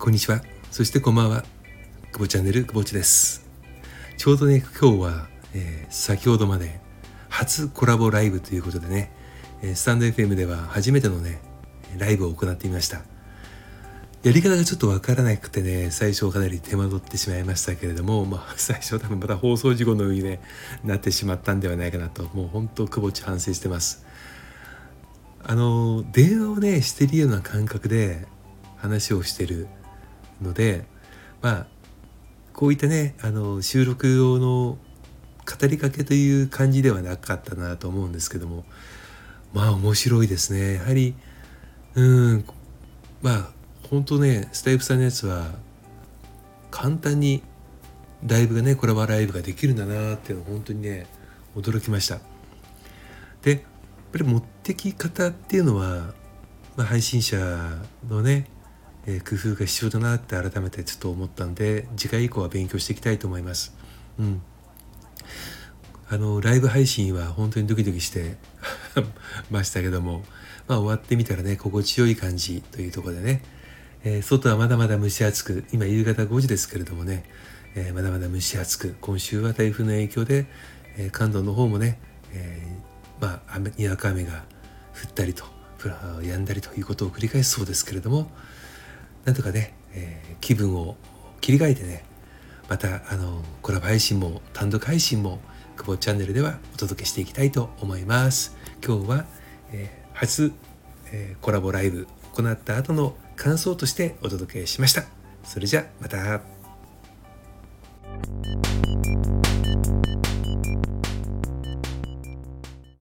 こんにちは。そしてこんばんは。久保チャンネル久保地です。ちょうどね、今日は、先ほどまで初コラボライブということでね、スタンド FM では初めてのね、ライブを行ってみました。やり方がちょっとわからなくてね、最初かなり手間取ってしまいましたけれども、最初多分また放送事故のようにね、なってしまったんではないかなと、もう本当久保地反省してます。電話をね、してるような感覚で話をしてるので、こういったね収録用の語りかけという感じではなかったなと思うんですけども、面白いですね。やはり本当ね、スタイフさんのやつは簡単にライブがね、コラボライブができるんだなっていうのを本当にね、驚きました。で、やっぱり持ってき方っていうのは、配信者のね工夫が必要だなって改めてちょっと思ったんで、次回以降は勉強していきたいと思います。ライブ配信は本当にドキドキしてましたけども、終わってみたらね、心地よい感じというところでね、外はまだまだ蒸し暑く、今夕方5時ですけれどもね、まだまだ蒸し暑く、今週は台風の影響で、関東の方もね、にわか雨が降ったりと止んだりということを繰り返すそうですけれども、なんとかね、気分を切り替えてね、またコラボ配信も単独配信も久保チャンネルではお届けしていきたいと思います。今日は、初、コラボライブ行った後の感想としてお届けしました。それじゃまた。